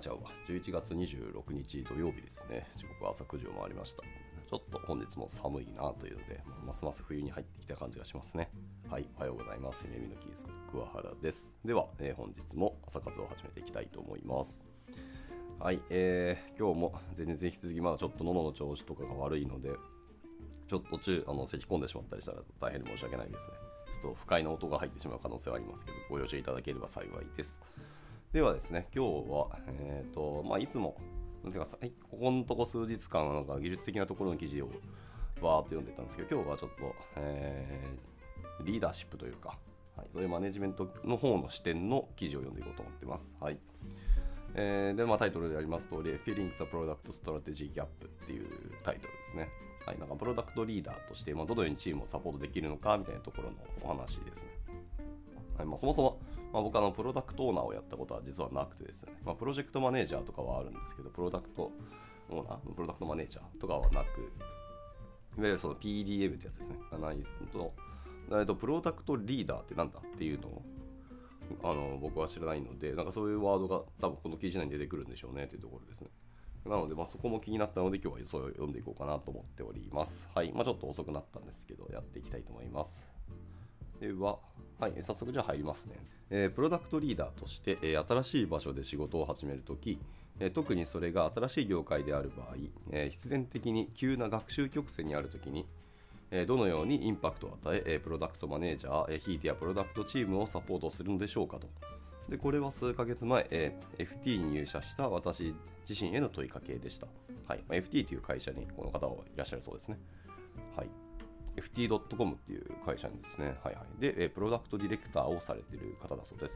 ちゃうわ。11月26日土曜日ですね。時刻は朝9時を回りました。ちょっと本日も寒いなというので、ますます冬に入ってきた感じがしますね。はい、おはようございます。夢見のキースこと桑原です。では、本日も朝活を始めていきたいと思います。はい、今日も前日に引き続きまだちょっと喉の調子とかが悪いので、ちょっと咳き込んでしまったりしたら大変申し訳ないですね。ちょっと不快な音が入ってしまう可能性はありますけど、ご了承いただければ幸いです。ではですね、今日は、いつもここのとこ数日間なんか技術的なところの記事をバーっと読んでたんですけど、今日はちょっと、リーダーシップというか、はい、そういうマネジメントの方の視点の記事を読んでいこうと思ってます。はい。で、タイトルであります通り、Filling the Product Strategy Gap っていうタイトルですね。はい、なんかプロダクトリーダーとして、どのようにチームをサポートできるのかみたいなところのお話ですね。はい、そもそも、僕プロダクトオーナーをやったことは実はなくてですね、プロジェクトマネージャーとかはあるんですけど、プロダクトオーナー、プロダクトマネージャーとかはなく、いわゆるその PDM ってやつですね、がないと、プロダクトリーダーってなんだっていうのを僕は知らないので、なんかそういうワードが多分この記事内に出てくるんでしょうねというところですね。なので、そこも気になったので今日はそれを読んでいこうかなと思っております。はい、ちょっと遅くなったんですけど、やっていきたいと思います。では、はい、早速じゃあ入りますね。プロダクトリーダーとして、新しい場所で仕事を始めるとき、特にそれが新しい業界である場合、必然的に急な学習曲線にあるときに、どのようにインパクトを与え、プロダクトマネージャー、ひいてやプロダクトチームをサポートするのでしょうかと。で、これは数ヶ月前、FT に入社した私自身への問いかけでした。はい、FT という会社にこの方はいらっしゃるそうですね。はい。ft.com っていう会社にですね、はいはい。で、プロダクトディレクターをされている方だそうです。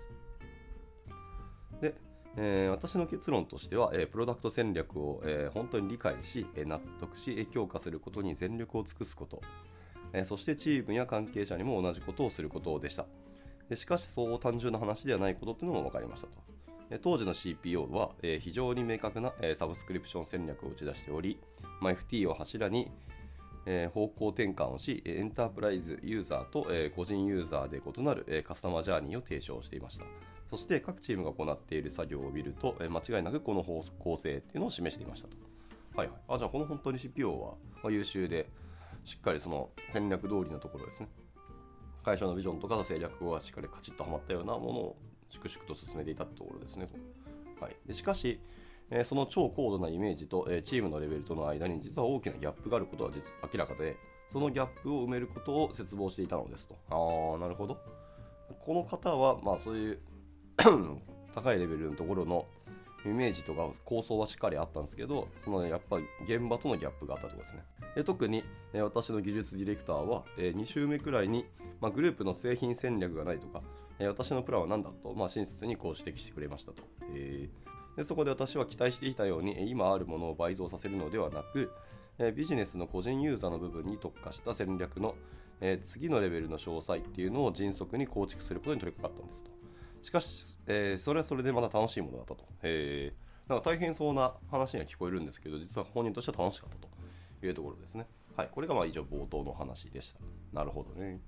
で、私の結論としては、プロダクト戦略を、本当に理解し、納得し、強化することに全力を尽くすこと、そしてチームや関係者にも同じことをすることでした。しかし、そう単純な話ではないことっていうのも分かりましたと。当時の CPO は、非常に明確な、サブスクリプション戦略を打ち出しており、FT を柱に方向転換をし、エンタープライズユーザーと個人ユーザーで異なるカスタマージャーニーを提唱していました。そして各チームが行っている作業を見ると、間違いなくこの方向性っていうのを示していましたと。はいはい。じゃあこの本当に CPO は優秀で、しっかりその戦略通りのところですね。会社のビジョンとか戦略がしっかりカチッとはまったようなものを粛々と進めていたところですね。はい。でしかし、その超高度なイメージとチームのレベルとの間に実は大きなギャップがあることは明らかで、そのギャップを埋めることを切望していたのですと。なるほど。この方は、そういう高いレベルのところのイメージとか構想はしっかりあったんですけど、やっぱり現場とのギャップがあったところですね。で特に私の技術ディレクターは2週目くらいにグループの製品戦略がないとか、私のプランは何だと親切にこう指摘してくれましたと。でそこで私は期待していたように今あるものを倍増させるのではなく、ビジネスの個人ユーザーの部分に特化した戦略の次のレベルの詳細っていうのを迅速に構築することに取り掛かったんですと。しかし、それはそれでまだ楽しいものだったと。なんか大変そうな話には聞こえるんですけど、実は本人としては楽しかったというところですね。はい、これが以上冒頭の話でした。なるほどね。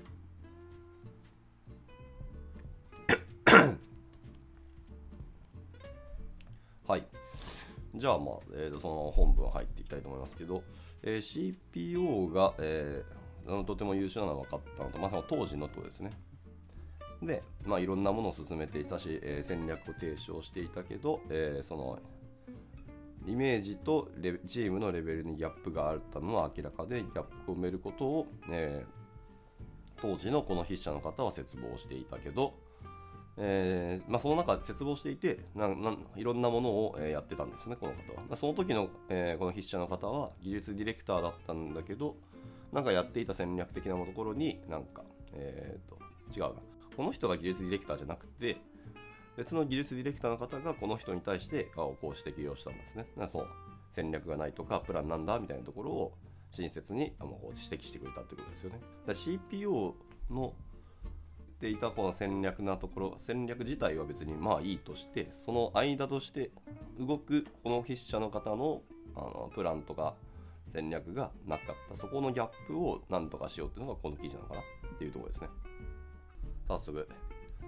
はい。じゃあ、その本文入っていきたいと思いますけど、CPO が、とても優秀なのは分かったのと、その当時のとですね。で、いろんなものを進めていたし、戦略を提唱していたけど、そのイメージとチームのレベルにギャップがあったのは明らかで、ギャップを埋めることを、当時のこの筆者の方は切望していたけど、その中で切望していていろんなものをやってたんですね、この方は。その時の、この筆者の方は技術ディレクターだったんだけど、やっていた戦略的なところに違うな。この人が技術ディレクターじゃなくて、別の技術ディレクターの方がこの人に対してこう指摘をしたんですね。そう戦略がないとかプランなんだみたいなところを親切に指摘してくれたってことですよね。CPO のっていたこの戦略なところ、戦略自体は別にいいとして、その間として動くこの筆者の方のプランとか戦略がなかった、そこのギャップをなんとかしようっていうのがこの記事なのかなっていうところですね。早速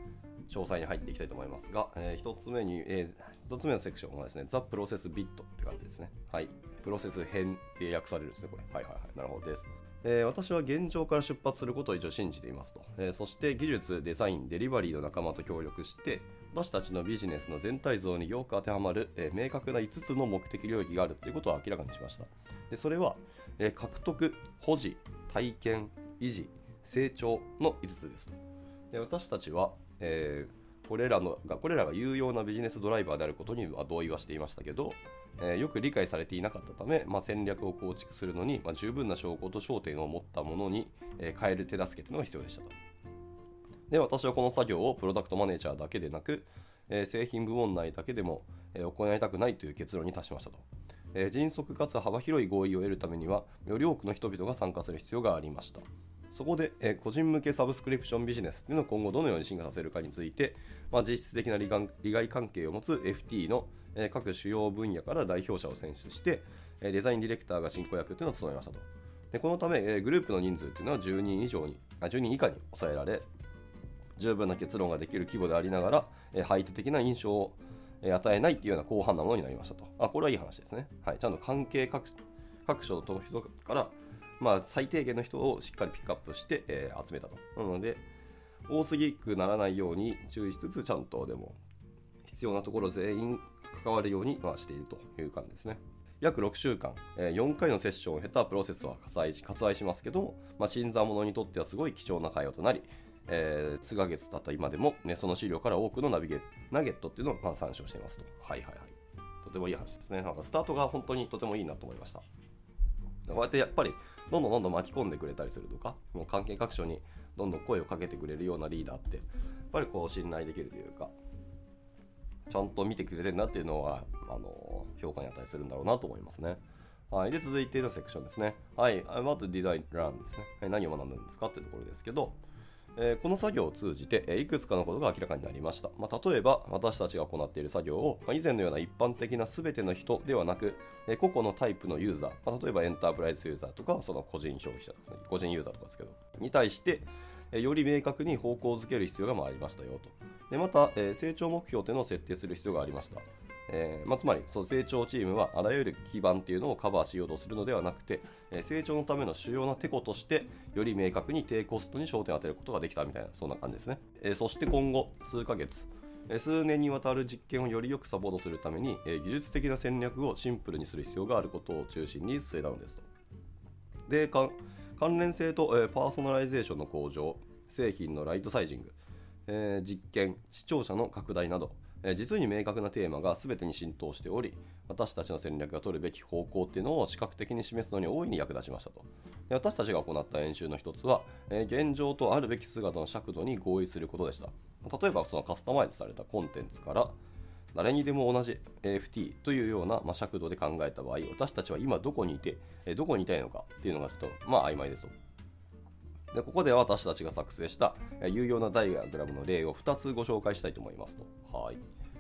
詳細に入っていきたいと思いますが、1つ目のセクションはですね、ザ・プロセスビットって感じですね。はい。プロセス編って訳されるんですね、これ。はいはいはい。なるほどです。私は現状から出発することを一応信じていますと。そして技術、デザイン、デリバリーの仲間と協力して、私たちのビジネスの全体像によく当てはまる、明確な5つの目的領域があるということを明らかにしました。でそれは、獲得、保持、体験、維持、成長の5つですと。で私たちは、これらが有用なビジネスドライバーであることには同意はしていましたけど、よく理解されていなかったため、戦略を構築するのに、十分な証拠と焦点を持ったものに、変える手助けというのが必要でしたと。で私はこの作業をプロダクトマネージャーだけでなく、製品部門内だけでも、行いたくないという結論に達しましたと。迅速かつ幅広い合意を得るためにはより多くの人々が参加する必要がありました。そこで、個人向けサブスクリプションビジネスというのを今後どのように進化させるかについて、実質的な利害関係を持つ FT の、各主要分野から代表者を選出して、デザインディレクターが進行役というのを務めましたと。でこのため、グループの人数というのは10人以下に抑えられ、十分な結論ができる規模でありながら、排他的な印象を与えないというような広範なものになりましたと。これはいい話ですね。はい、ちゃんと関係各所の人から、最低限の人をしっかりピックアップして、集めたと。なので、多すぎくならないように注意しつつ、ちゃんとでも必要なところ全員関わるようにしているという感じですね。約6週間、4回のセッションを経たプロセスは割愛しますけども、新参者にとってはすごい貴重な会話となり、数ヶ月経った今でも、その資料から多くのナゲットっていうのを参照していますと。はいはいはい。とてもいい話ですね。なんかスタートが本当にとてもいいなと思いました。こうやってやっぱりどんどん巻き込んでくれたりするとか、もう関係各所にどんどん声をかけてくれるようなリーダーってやっぱり信頼できるというか、ちゃんと見てくれてるなっていうのは評価に値するんだろうなと思いますね。はい、で続いてのセクションですね。はい、What did I learn ですね。はい、何を学んだんですかっていうところですけど、この作業を通じて、いくつかのことが明らかになりました。例えば私たちが行っている作業を、以前のような一般的な全ての人ではなく、個々のタイプのユーザー、例えばエンタープライズユーザーとかその個人消費者ですね、個人ユーザーとかですけどに対して、より明確に方向づける必要がありましたよと。でまた、成長目標というのを設定する必要がありました。つまり成長チームはあらゆる基盤というのをカバーしようとするのではなくて、成長のための主要なテコとしてより明確に低コストに焦点を当てることができたみたいな、そんな感じですね。そして今後数ヶ月、数年にわたる実験をよりよくサポートするために、技術的な戦略をシンプルにする必要があることを中心に据えたのですと。で関連性と、パーソナライゼーションの向上、製品のライトサイジング、実験、視聴者の拡大など、実に明確なテーマが全てに浸透しており、私たちの戦略が取るべき方向っていうのを視覚的に示すのに大いに役立ちましたと。で私たちが行った演習の一つは、現状とあるべき姿の尺度に合意することでした。例えばそのカスタマイズされたコンテンツから誰にでも同じ FT というような、尺度で考えた場合、私たちは今どこにいて、どこにいたいのかっていうのがちょっと曖昧ですと。でここでは私たちが作成した有用なダイアグラムの例を2つご紹介したいと思いますと。はい。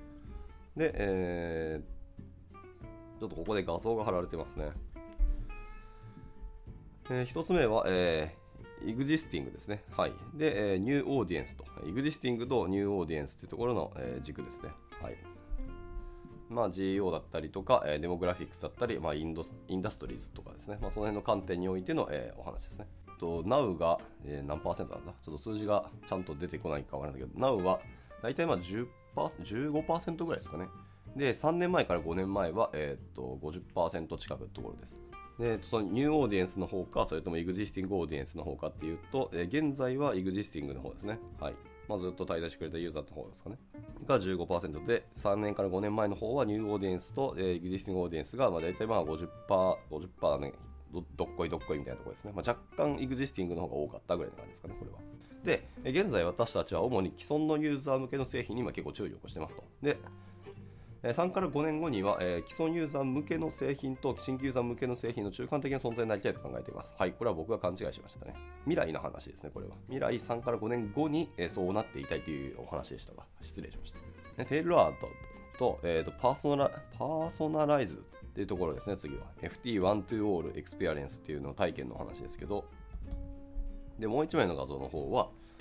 で、ちょっとここで画像が貼られてますね。1つ目は、existing ですね。はい。で、new audience と。existing と new audience というところの、軸ですね。はい。GEO だったりとか、デモグラフィックスだったり、インダストリーズとかですね。その辺の観点においての、お話ですね。Now が、何パーセントなんだ、ちょっと数字がちゃんと出てこないかわからないけど、Now は大体15% ぐらいですかね。で、3年前から5年前は、50% 近くのところです。で、そのニューオーディエンスの方か、それともエグジスティングオーディエンスの方かっていうと、現在はエグジスティングの方ですね。はい。ずっと滞在してくれたユーザーの方ですかね。が 15% で、3年から5年前の方はニューオーディエンスと、エグジスティングオーディエンスが、大体50% ね。どっこいみたいなところですね。若干エグジスティングの方が多かったぐらいの感じですかね、これは。で、現在私たちは主に既存のユーザー向けの製品に今結構注力してますと。で、3から5年後には、既存ユーザー向けの製品と新規ユーザー向けの製品の中間的な存在になりたいと考えています。はい、これは僕が勘違いしましたね。未来の話ですね、これは。未来3から5年後に、そうなっていたいというお話でしたが、失礼しました。テールアートと、パーソナライズっていうところですね。次は FT One to All Experience っていうの体験の話ですけど、でもう一枚の画像の方は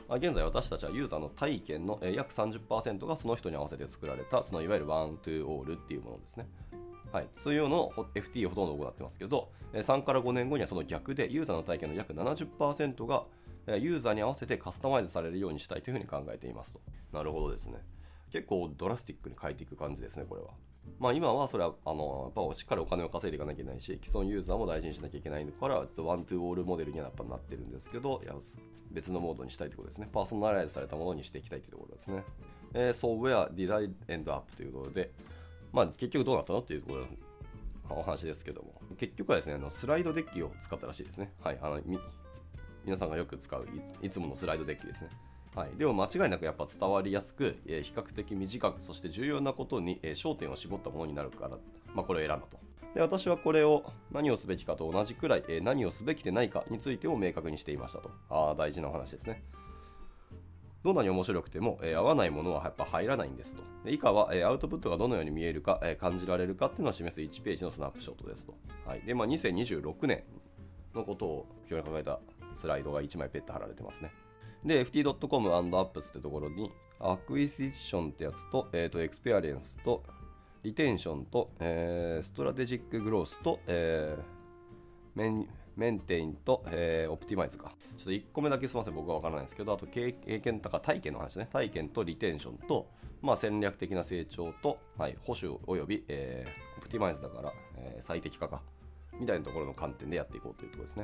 現在私たちはユーザーの体験の約 30% がその人に合わせて作られたそのいわゆるワン・トゥ・オールっていうものですね。はい、そういうのを FT をほとんど行ってますけど、3から5年後にはその逆でユーザーの体験の約 70% がユーザーに合わせてカスタマイズされるようにしたいというふうに考えていますと。なるほどですね。結構ドラスティックに変えていく感じですね、これは。今はそれはやっぱしっかりお金を稼いでいかなきゃいけないし、既存ユーザーも大事にしなきゃいけないから、ワン・トゥ・オールモデルにはやっぱなってるんですけど、別のモードにしたいということですね。パーソナライズされたものにしていきたいというところですね。So where did I end up ということで、結局どうなったのっていうところのお話ですけども、結局はですね、スライドデッキを使ったらしいですね。はい、皆さんがよく使う いつものスライドデッキですね。はい、でも間違いなくやっぱ伝わりやすく、比較的短く、そして重要なことに、焦点を絞ったものになるから、これを選んだと。で、私はこれを何をすべきかと同じくらい、何をすべきでないかについても明確にしていましたと。大事なお話ですね。どんなに面白くても、合わないものはやっぱ入らないんですと。で以下は、アウトプットがどのように見えるか、感じられるかっていうのを示す1ページのスナップショットですと。はい、で、2026年のことを今日に考えたスライドが1枚ペット貼られてますね。で、ft.com& apps ってところに、アクイシションってやつと、エクスペアリエンスと、リテンションと、ストラテジックグロースと、メンテインと、オプティマイズか。ちょっと1個目だけすみません、僕は分からないですけど、あと経験とか体験の話ね。体験とリテンションと、戦略的な成長と、はい、保守および、オプティマイズだから、最適化か。みたいなところの観点でやっていこうというところですね。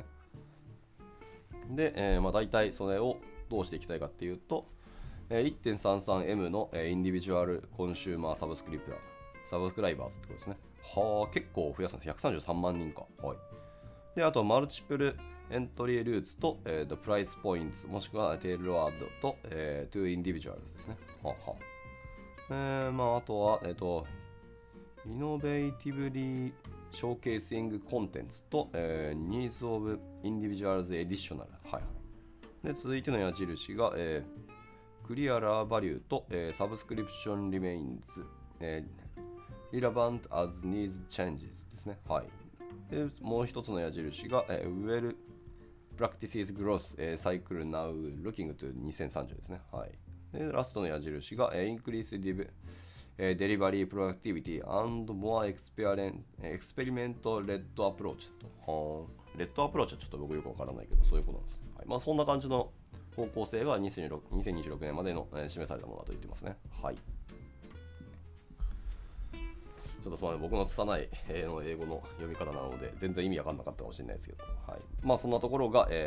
で、大体それをどうしていきたいかっていうと、1.33M のインディビジュアルコンシューマーサブスクライバーズってことですね。結構増やすんです。133万人か。はい。で、あと、マルチプルエントリールーツと、プライスポイント、もしくはテールワードと、トゥインディビジュアルズですね。あとは、イノベーティブリーショーケーシングコンテンツと、ニーズオブインディビジュアルズエディショナル。はい。で、続いての矢印が、クリアラーバリューと、サブスクリプションリメインズ、relevant as needs changes ですね。はい。で、もう一つの矢印が、well practices growth、cycle now looking to 2030ですね。はい。で、ラストの矢印が、increase delivery productivity and more experiment led approach と。レッドアプローチはちょっと僕よくわからないけど、そういうことなんです。はい、そんな感じの方向性が2026年までの、示されたものだと言ってますね。はい。ちょっとすみません、僕の拙い英語の読み方なので、全然意味わかんなかったかもしれないですけど、はい。そんなところが、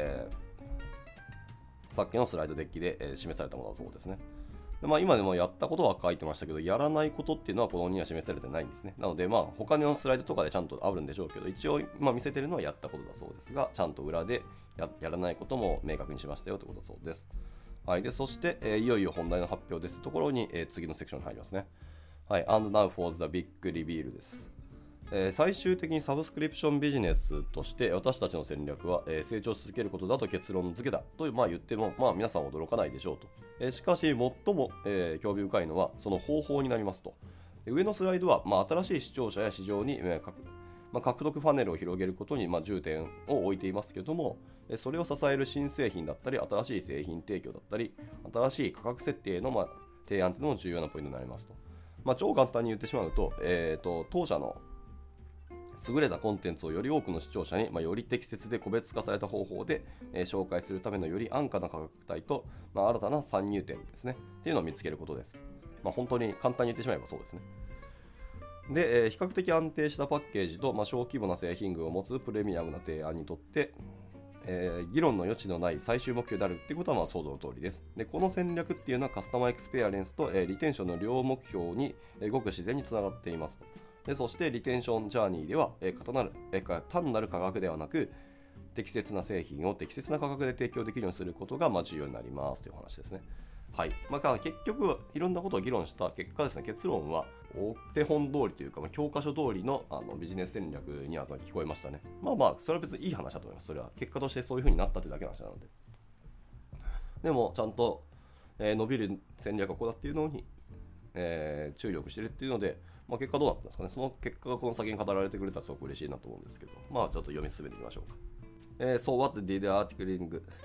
さっきのスライドデッキで、示されたものだそうですね。で今でもやったことは書いてましたけど、やらないことっていうのはこのには示されてないんですね。なので、他のスライドとかでちゃんとあるんでしょうけど、一応、見せてるのはやったことだそうですが、ちゃんと裏で やらないことも明確にしましたよということだそうです。はい。で、そして、いよいよ本題の発表ですところに、次のセクションに入りますね。はい。And now for the big reveal です。最終的にサブスクリプションビジネスとして私たちの戦略は、成長し続けることだと結論付けだと言っても、皆さん驚かないでしょうと。しかし最も、興味深いのはその方法になりますと。上のスライドは、新しい視聴者や市場に、獲得ファネルを広げることに、重点を置いていますけども、それを支える新製品だったり新しい製品提供だったり新しい価格設定の、提案というのも重要なポイントになりますと。超簡単に言ってしまうと、当社の優れたコンテンツをより多くの視聴者に、より適切で個別化された方法で、紹介するためのより安価な価格帯と、新たな参入点ですねっていうのを見つけることです。本当に簡単に言ってしまえばそうですね。で、比較的安定したパッケージと、小規模な製品群を持つプレミアムな提案にとって、議論の余地のない最終目標であるということは想像の通りです。で、この戦略っていうのはカスタマーエクスペアレンスと、リテンションの両目標に、ごく自然につながっていますと。でそしてリテンションジャーニーでは、単なる価格ではなく適切な製品を適切な価格で提供できるようにすることが重要になりますという話ですね。はい。結局いろんなことを議論した結果ですね、結論はお手本通りというか、教科書通りの、ビジネス戦略には聞こえましたね。それは別にいい話だと思います。それは結果としてそういう風になったというだけの話なので。でもちゃんと、伸びる戦略がここだっていうのに、注力してるっていうので、結果どうなったんですかね。その結果がこの先に語られてくれたらすごく嬉しいなと思うんですけど、ちょっと読み進めていきましょうか。So what did the article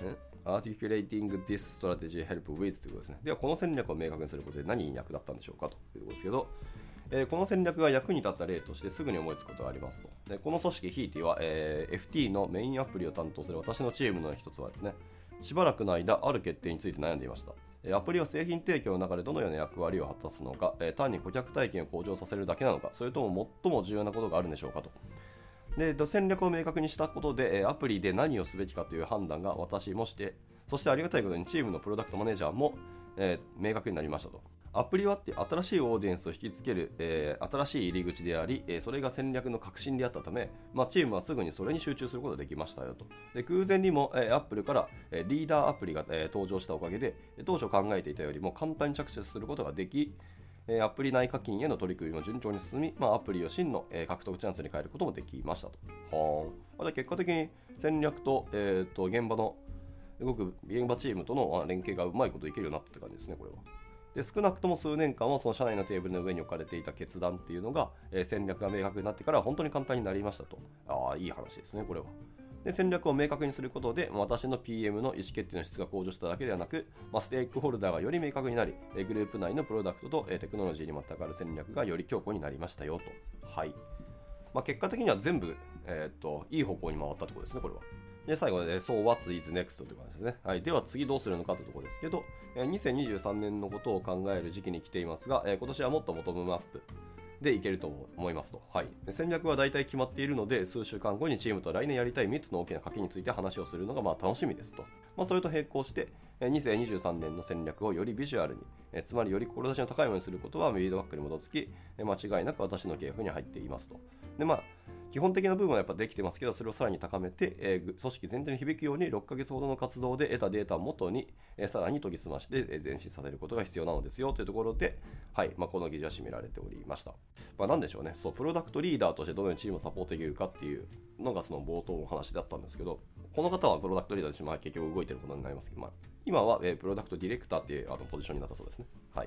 Articulating this strategy help with ということですね。では、この戦略を明確にすることで何に役立ったんでしょうかというところですけど、この戦略が役に立った例としてすぐに思いつくことがありますと。でこの組織、ひいては、FT のメインアプリを担当する私のチームの一つはですね、しばらくの間、ある決定について悩んでいました。アプリは製品提供の中でどのような役割を果たすのか、単に顧客体験を向上させるだけなのか、それとも最も重要なことがあるんでしょうかと。で戦略を明確にしたことで、アプリで何をすべきかという判断が私もして、そしてありがたいことにチームのプロダクトマネージャーも、明確になりましたと。アプリはって新しいオーディエンスを引きつける、新しい入り口であり、それが戦略の核心であったため、チームはすぐにそれに集中することができましたよと。で空前にも、Apple から、リーダーアプリが、登場したおかげで、当初考えていたよりも簡単に着手することができ、アプリ内課金への取り組みも順調に進み、アプリを真の、獲得チャンスに変えることもできましたと。じゃあ結果的に戦略と、現場チームとの連携がうまいこといけるようになったって感じですね、これは。で少なくとも数年間はその社内のテーブルの上に置かれていた決断っていうのが、戦略が明確になってから本当に簡単になりましたと。いい話ですね、これは。で戦略を明確にすることで、私の PM の意思決定の質が向上しただけではなく、ステークホルダーがより明確になり、グループ内のプロダクトとテクノロジーにまたがる戦略がより強固になりましたよと。はい。結果的には全部、いい方向に回ったところですね、これは。で最後で、So what is next という感じですね。はい、では次どうするのかというところですけど、2023年のことを考える時期に来ていますが、今年はもっとボトムアップでいけると思いますと。はい、戦略は大体決まっているので、数週間後にチームと来年やりたい3つの大きな賭けについて話をするのが楽しみですと。それと並行して、2023年の戦略をよりビジュアルに、つまりより志の高いものにすることはフィードバックに基づき、間違いなく私の計画に入っていますと。で基本的な部分はやっぱできてますけど、それをさらに高めて、組織全体に響くように6ヶ月ほどの活動で得たデータをもとに、さらに研ぎ澄まして、前進させることが必要なのですよというところで、はい、この記事は締められておりました。なんでしょうね、プロダクトリーダーとしてどのようにチームをサポートできるかっていうのがその冒頭の話だったんですけど、この方はプロダクトリーダーとして結局動いていることになりますけど、今は、プロダクトディレクターっていうポジションになったそうですね。はい。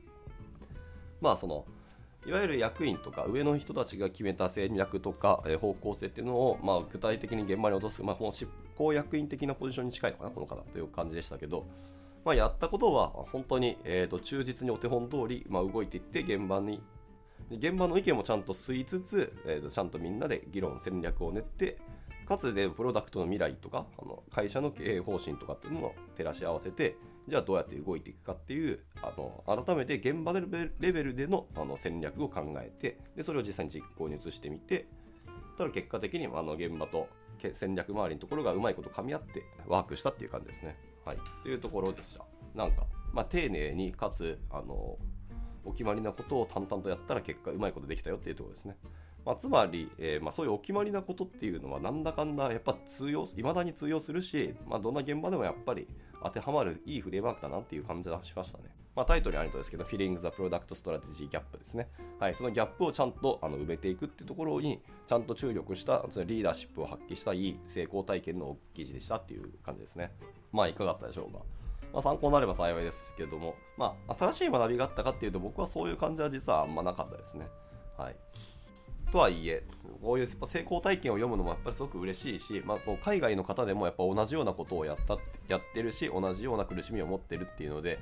いわゆる役員とか上の人たちが決めた戦略とか、方向性っていうのを、具体的に現場に落とす、もう執行役員的なポジションに近いのかな、この方という感じでしたけど、やったことは本当に、忠実にお手本通り、動いていって現場の意見もちゃんと吸いつつ、ちゃんとみんなで議論戦略を練って、かつでプロダクトの未来とか会社の経営方針とかっていうのを照らし合わせて、じゃあどうやって動いていくかっていう改めて現場レベルでの戦略を考えて、でそれを実際に実行に移してみて、ただ結果的に現場と戦略周りのところがうまいこと噛み合ってワークしたっていう感じですね。はい、というところでした。丁寧にかつお決まりなことを淡々とやったら結果うまいことできたよっていうところですね。つまり、そういうお決まりなことっていうのはなんだかんだやっぱ未だに通用するし、どんな現場でもやっぱり当てはまるいいフレームワークだなっていう感じがしましたね。タイトルにあるとですけど、Filling the Product Strategy Gap ですね。はい、そのギャップをちゃんと埋めていくっていうところにちゃんと注力したそのリーダーシップを発揮したいい成功体験の記事でしたっていう感じですね。いかがだったでしょうか。参考になれば幸いですけども、新しい学びがあったかっていうと、僕はそういう感じは実はあんまなかったですね。はい。とはいえ、こういう成功体験を読むのもやっぱりすごく嬉しいし、海外の方でもやっぱ同じようなことをやってるし、同じような苦しみを持ってるっていうので、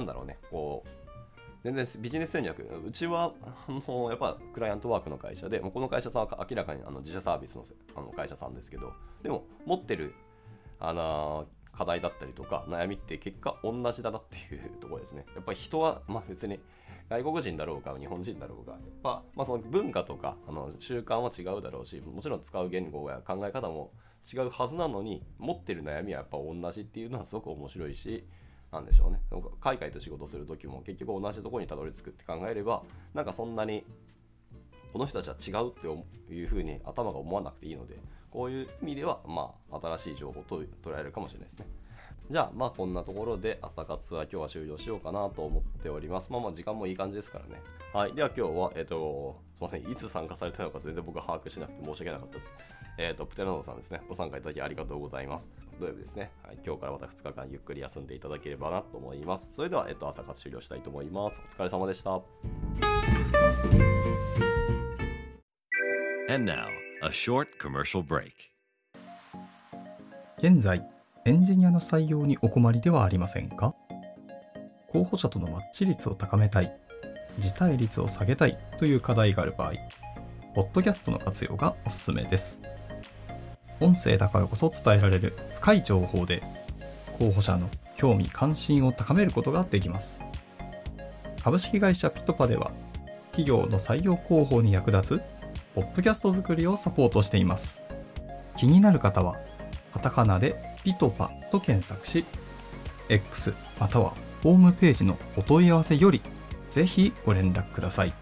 全然ビジネス戦略、うちはやっぱクライアントワークの会社で、この会社さんは明らかに自社サービスの会社さんですけど、でも持ってる課題だったりとか悩みって結果同じだなっていうところですね。やっぱり人は別に外国人だろうが日本人だろうが、やっぱその文化とか習慣は違うだろうし、もちろん使う言語や考え方も違うはずなのに、持ってる悩みはやっぱ同じっていうのはすごく面白いし、なんでしょうね。海外と仕事するときも結局同じところにたどり着くって考えれば、そんなにこの人たちは違うっていう風に頭が思わなくていいので、こういう意味では新しい情報と捉えるかもしれないですね。じゃあこんなところで朝活は今日は終了しようかなと思っております。時間もいい感じですからね。はい。では今日はすいません、いつ参加されたのか全然僕は把握しなくて申し訳なかったです。プテラノドさんですね、ご参加いただきありがとうございます。土曜日ですね。はい。今日からまた2日間ゆっくり休んでいただければなと思います。それでは朝活終了したいと思います。お疲れ様でした。 And now, a short commercial break. 現在エンジニアの採用にお困りではありませんか？候補者とのマッチ率を高めたい、辞退率を下げたいという課題がある場合、ポッドキャストの活用がおすすめです。音声だからこそ伝えられる深い情報で、候補者の興味関心を高めることができます。株式会社ピトパでは、企業の採用広報に役立つポッドキャスト作りをサポートしています。気になる方はカタカナでピトパと検索し、X またはホームページのお問い合わせよりぜひご連絡ください。